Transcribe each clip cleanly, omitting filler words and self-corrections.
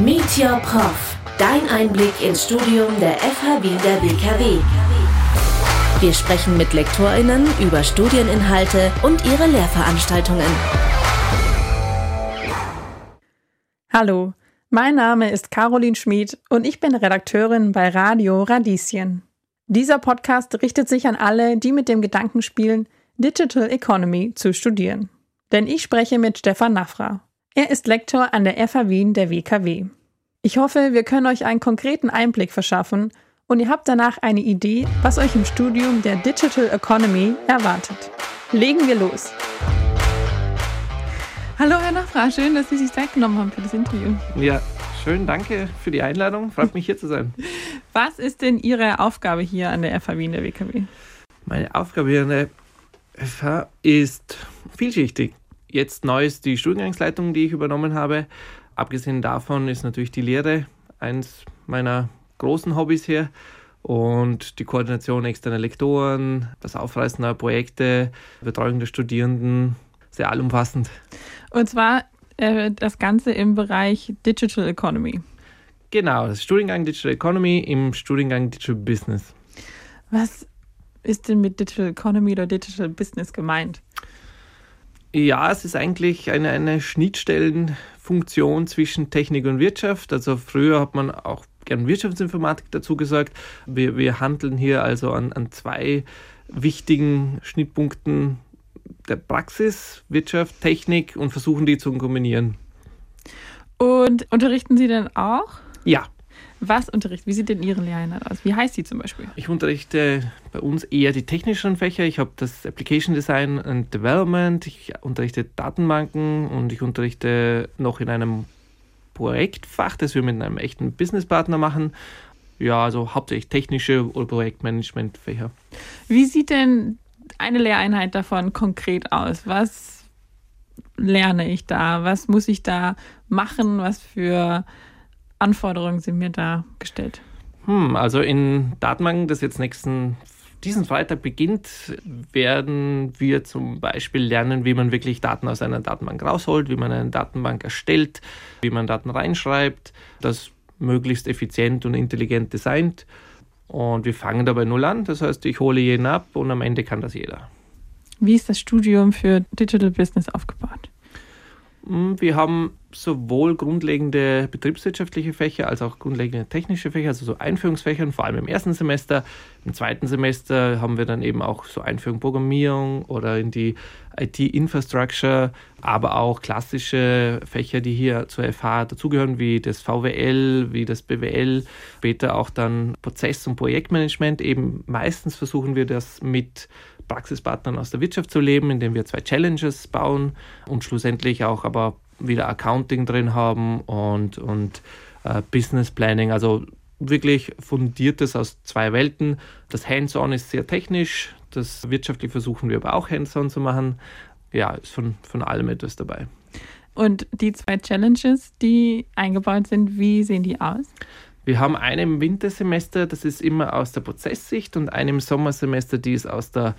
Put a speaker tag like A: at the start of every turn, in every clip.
A: Meet Your Prof. Dein Einblick ins Studium der FH Wien der WKW. Wir sprechen mit LektorInnen über Studieninhalte und ihre Lehrveranstaltungen.
B: Hallo, mein Name ist Caroline Schmid und ich bin Redakteurin bei Radio Radieschen. Dieser Podcast richtet sich an alle, die mit dem Gedanken spielen, Digital Economy zu studieren. Denn ich spreche mit Stefan Nafra. Er ist Lektor an der FH Wien der WKW. Ich hoffe, wir können euch einen konkreten Einblick verschaffen und ihr habt danach eine Idee, was euch im Studium der Digital Economy erwartet. Legen wir los! Hallo Herr Nafra, schön, dass Sie sich Zeit genommen haben für das Interview.
C: Ja, schön, danke für die Einladung. Freut mich, hier zu sein.
B: Was ist denn Ihre Aufgabe hier an der FH Wien der WKW?
C: Meine Aufgabe hier an der FH ist vielschichtig. Jetzt neu ist die Studiengangsleitung, die ich übernommen habe. Abgesehen davon ist natürlich die Lehre eins meiner großen Hobbys hier und die Koordination externer Lektoren, das Aufreißen neuer Projekte, Betreuung der Studierenden, sehr allumfassend.
B: Und zwar das Ganze im Bereich Digital Economy.
C: Genau, das Studiengang Digital Economy im Studiengang Digital Business.
B: Was ist denn mit Digital Economy oder Digital Business gemeint?
C: Ja, es ist eigentlich eine Schnittstellenfunktion zwischen Technik und Wirtschaft. Also früher hat man auch gern Wirtschaftsinformatik dazu gesagt. Wir handeln hier also an zwei wichtigen Schnittpunkten der Praxis, Wirtschaft, Technik und versuchen die zu kombinieren.
B: Und unterrichten Sie denn auch?
C: Ja.
B: Was unterrichten? Wie sieht denn Ihre Lehreinheit aus? Wie heißt sie zum Beispiel?
C: Ich unterrichte bei uns eher die technischen Fächer. Ich habe das Application Design and Development. Ich unterrichte Datenbanken und ich unterrichte noch in einem Projektfach, das wir mit einem echten Businesspartner machen. Ja, also hauptsächlich technische oder Projektmanagement-Fächer.
B: Wie sieht denn eine Lehreinheit davon konkret aus? Was lerne ich da? Was muss ich da machen? Was für Anforderungen sind mir da gestellt?
C: Also in Datenbanken, das jetzt diesen Freitag beginnt, werden wir zum Beispiel lernen, wie man wirklich Daten aus einer Datenbank rausholt, wie man eine Datenbank erstellt, wie man Daten reinschreibt, das möglichst effizient und intelligent designt. Und wir fangen dabei null an, das heißt, ich hole jeden ab und am Ende kann das jeder.
B: Wie ist das Studium für Digital Business aufgebaut?
C: Wir haben sowohl grundlegende betriebswirtschaftliche Fächer als auch grundlegende technische Fächer, also so Einführungsfächer, vor allem im ersten Semester. Im zweiten Semester haben wir dann eben auch so Einführung Programmierung oder in die IT-Infrastructure, aber auch klassische Fächer, die hier zur FH dazugehören, wie das VWL, wie das BWL, später auch dann Prozess- und Projektmanagement. Eben meistens versuchen wir das mit Praxispartnern aus der Wirtschaft zu leben, indem wir 2 Challenges bauen und schlussendlich auch aber wieder Accounting drin haben und Business Planning, also wirklich fundiertes aus 2 Welten. Das Hands-on ist sehr technisch, das wirtschaftlich versuchen wir aber auch Hands-on zu machen. Ja, ist von allem etwas dabei.
B: Und die 2 Challenges, die eingebaut sind, wie sehen die aus?
C: Wir haben eine im Wintersemester, das ist immer aus der Prozesssicht, und eine im Sommersemester, die ist aus der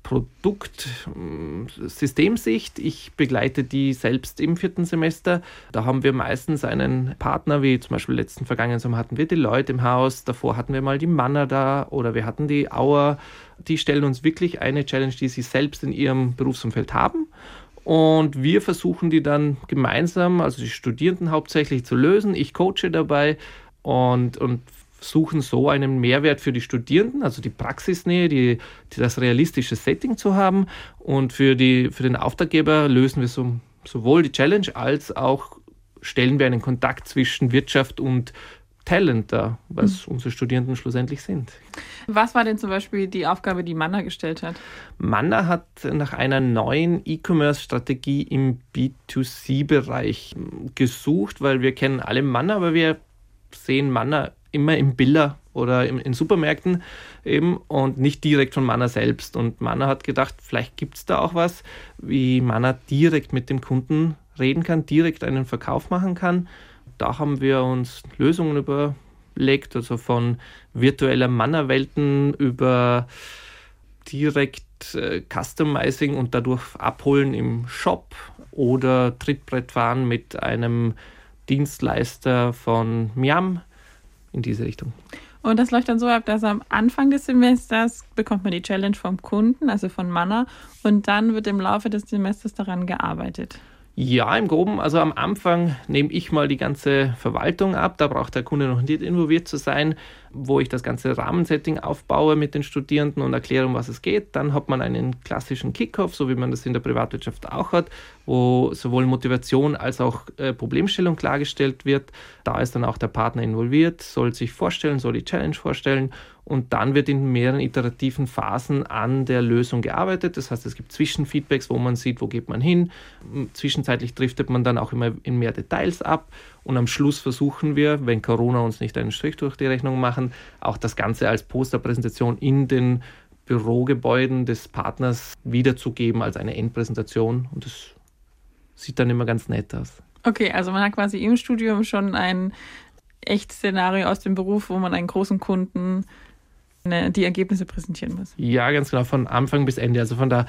C: Produktsystemsicht. Ich begleite die selbst im 4. Semester. Da haben wir meistens einen Partner, wie zum Beispiel letzten vergangenen Sommer hatten wir Deloitte im Haus, davor hatten wir mal die Manna da oder wir hatten die Auer. Die stellen uns wirklich eine Challenge, die sie selbst in ihrem Berufsumfeld haben. Und wir versuchen die dann gemeinsam, also die Studierenden hauptsächlich, zu lösen. Ich coache dabei und suchen so einen Mehrwert für die Studierenden, also die Praxisnähe, das realistische Setting zu haben. Und für den Auftraggeber lösen wir sowohl die Challenge als auch stellen wir einen Kontakt zwischen Wirtschaft und Talent dar, was unsere Studierenden schlussendlich sind.
B: Was war denn zum Beispiel die Aufgabe, die Manna gestellt hat?
C: Manna hat nach einer neuen E-Commerce-Strategie im B2C-Bereich gesucht, weil wir kennen alle Manna, aber wir sehen Manna immer im Biller oder in Supermärkten eben und nicht direkt von Manna selbst. Und Manna hat gedacht, vielleicht gibt es da auch was, wie Manna direkt mit dem Kunden reden kann, direkt einen Verkauf machen kann. Da haben wir uns Lösungen überlegt, also von virtueller Manna-Welten über direkt Customizing und dadurch abholen im Shop oder Trittbrettfahren mit einem Dienstleister von Miam in diese Richtung.
B: Und das läuft dann so ab, dass am Anfang des Semesters bekommt man die Challenge vom Kunden, also von Manna, und dann wird im Laufe des Semesters daran gearbeitet.
C: Ja, im Groben. Also am Anfang nehme ich mal die ganze Verwaltung ab. Da braucht der Kunde noch nicht involviert zu sein, wo ich das ganze Rahmensetting aufbaue mit den Studierenden und erkläre, um was es geht. Dann hat man einen klassischen Kickoff, so wie man das in der Privatwirtschaft auch hat, wo sowohl Motivation als auch Problemstellung klargestellt wird. Da ist dann auch der Partner involviert, soll sich vorstellen, soll die Challenge vorstellen. Und dann wird in mehreren iterativen Phasen an der Lösung gearbeitet. Das heißt, es gibt Zwischenfeedbacks, wo man sieht, wo geht man hin. Zwischenzeitlich driftet man dann auch immer in mehr Details ab. Und am Schluss versuchen wir, wenn Corona uns nicht einen Strich durch die Rechnung machen, auch das Ganze als Posterpräsentation in den Bürogebäuden des Partners wiederzugeben als eine Endpräsentation. Und das sieht dann immer ganz nett aus.
B: Okay, also man hat quasi im Studium schon ein Echtszenario aus dem Beruf, wo man einen großen Kunden die Ergebnisse präsentieren muss.
C: Ja, ganz genau, von Anfang bis Ende. Also von der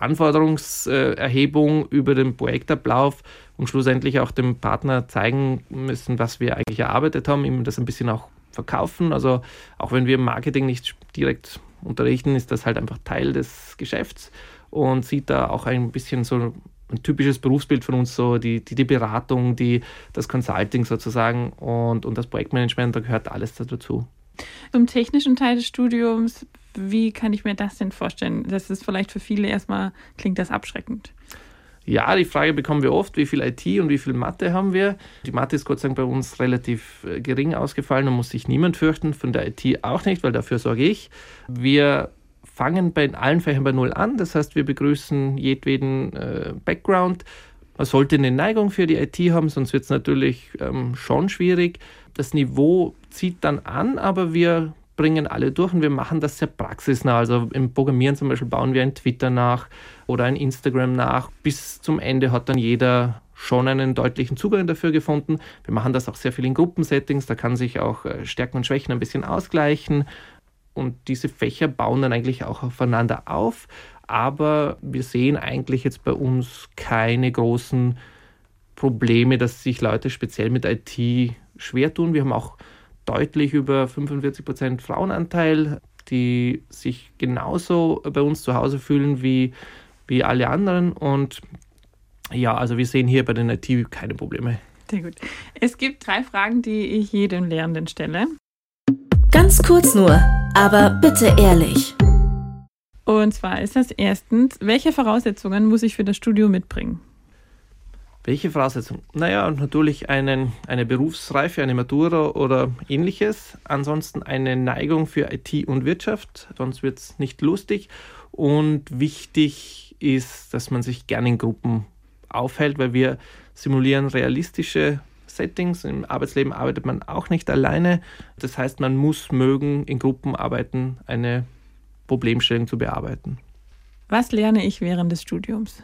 C: Anforderungserhebung über den Projektablauf und schlussendlich auch dem Partner zeigen müssen, was wir eigentlich erarbeitet haben, ihm das ein bisschen auch verkaufen. Also auch wenn wir im Marketing nicht direkt unterrichten, ist das halt einfach Teil des Geschäfts und sieht da auch ein bisschen so ein typisches Berufsbild von uns, so die Beratung, das Consulting sozusagen und das Projektmanagement, da gehört alles dazu.
B: Zum technischen Teil des Studiums, wie kann ich mir das denn vorstellen? Das ist vielleicht für viele erstmal, klingt das abschreckend.
C: Ja, die Frage bekommen wir oft, wie viel IT und wie viel Mathe haben wir? Die Mathe ist Gott sei Dank bei uns relativ gering ausgefallen, da muss sich niemand fürchten, von der IT auch nicht, weil dafür sorge ich. Wir fangen bei allen Fächern bei Null an, das heißt, wir begrüßen jedweden Background. Man sollte eine Neigung für die IT haben, sonst wird es natürlich schon schwierig. Das Niveau zieht dann an, aber wir bringen alle durch und wir machen das sehr praxisnah. Also im Programmieren zum Beispiel bauen wir ein Twitter nach oder ein Instagram nach. Bis zum Ende hat dann jeder schon einen deutlichen Zugang dafür gefunden. Wir machen das auch sehr viel in Gruppensettings, da kann sich auch Stärken und Schwächen ein bisschen ausgleichen. Und diese Fächer bauen dann eigentlich auch aufeinander auf. Aber wir sehen eigentlich jetzt bei uns keine großen Probleme, dass sich Leute speziell mit IT schwer tun. Wir haben auch deutlich über 45% Frauenanteil, die sich genauso bei uns zu Hause fühlen wie alle anderen. Und ja, also wir sehen hier bei den IT keine Probleme.
B: Sehr gut. Es gibt 3 Fragen, die ich jedem Lehrenden stelle.
A: Ganz kurz nur, aber bitte ehrlich.
B: Und zwar ist das erstens, welche Voraussetzungen muss ich für das Studium mitbringen?
C: Welche Voraussetzungen? Naja, natürlich eine Berufsreife, eine Matura oder ähnliches. Ansonsten eine Neigung für IT und Wirtschaft, sonst wird es nicht lustig. Und wichtig ist, dass man sich gerne in Gruppen aufhält, weil wir simulieren realistische Settings. Im Arbeitsleben arbeitet man auch nicht alleine. Das heißt, man muss mögen, in Gruppen arbeiten, eine Problemstellung zu bearbeiten.
B: Was lerne ich während des Studiums?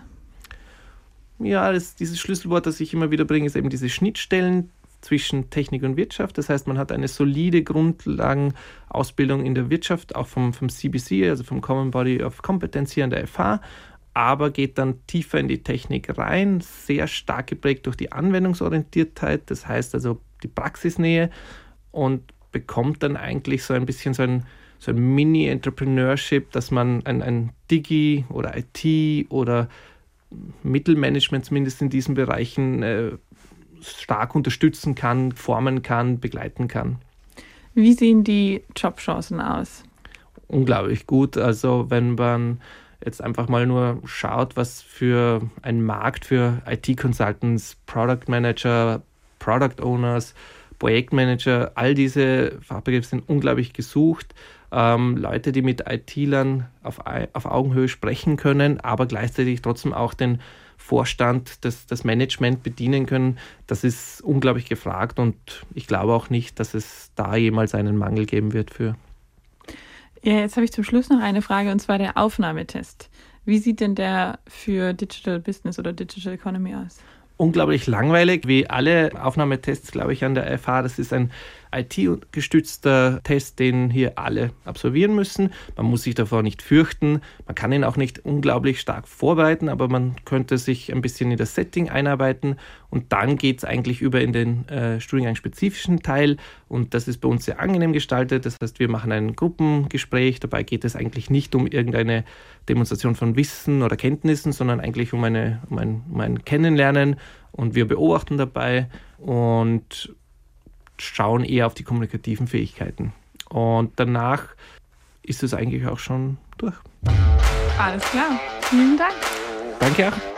C: Ja, dieses Schlüsselwort, das ich immer wieder bringe, ist eben diese Schnittstellen zwischen Technik und Wirtschaft. Das heißt, man hat eine solide Grundlagenausbildung in der Wirtschaft, auch vom CBC, also vom Common Body of Competence hier an der FH, aber geht dann tiefer in die Technik rein, sehr stark geprägt durch die Anwendungsorientiertheit, das heißt also die Praxisnähe und bekommt dann eigentlich so ein bisschen so ein Mini-Entrepreneurship, dass man ein Digi oder IT oder Mittelmanagement zumindest in diesen Bereichen stark unterstützen kann, formen kann, begleiten kann.
B: Wie sehen die Jobchancen aus?
C: Unglaublich gut. Also wenn man jetzt einfach mal nur schaut, was für ein Markt für IT-Consultants, Product Manager, Product Owners, Projektmanager, all diese Fachbegriffe sind unglaublich gesucht. Leute, die mit IT-Lern auf Augenhöhe sprechen können, aber gleichzeitig trotzdem auch den Vorstand, das Management bedienen können, das ist unglaublich gefragt und ich glaube auch nicht, dass es da jemals einen Mangel geben wird für.
B: Ja, jetzt habe ich zum Schluss noch eine Frage und zwar der Aufnahmetest. Wie sieht denn der für Digital Business oder Digital Economy aus?
C: Unglaublich langweilig, wie alle Aufnahmetests, glaube ich, an der FH. Das ist ein IT-gestützter Test, den hier alle absolvieren müssen. Man muss sich davor nicht fürchten. Man kann ihn auch nicht unglaublich stark vorbereiten, aber man könnte sich ein bisschen in das Setting einarbeiten und dann geht es eigentlich über in den studiengangsspezifischen Teil und das ist bei uns sehr angenehm gestaltet. Das heißt, wir machen ein Gruppengespräch. Dabei geht es eigentlich nicht um irgendeine Demonstration von Wissen oder Kenntnissen, sondern eigentlich um ein Kennenlernen und wir beobachten dabei und schauen eher auf die kommunikativen Fähigkeiten. Und danach ist es eigentlich auch schon durch.
B: Alles klar. Vielen Dank.
C: Danke auch.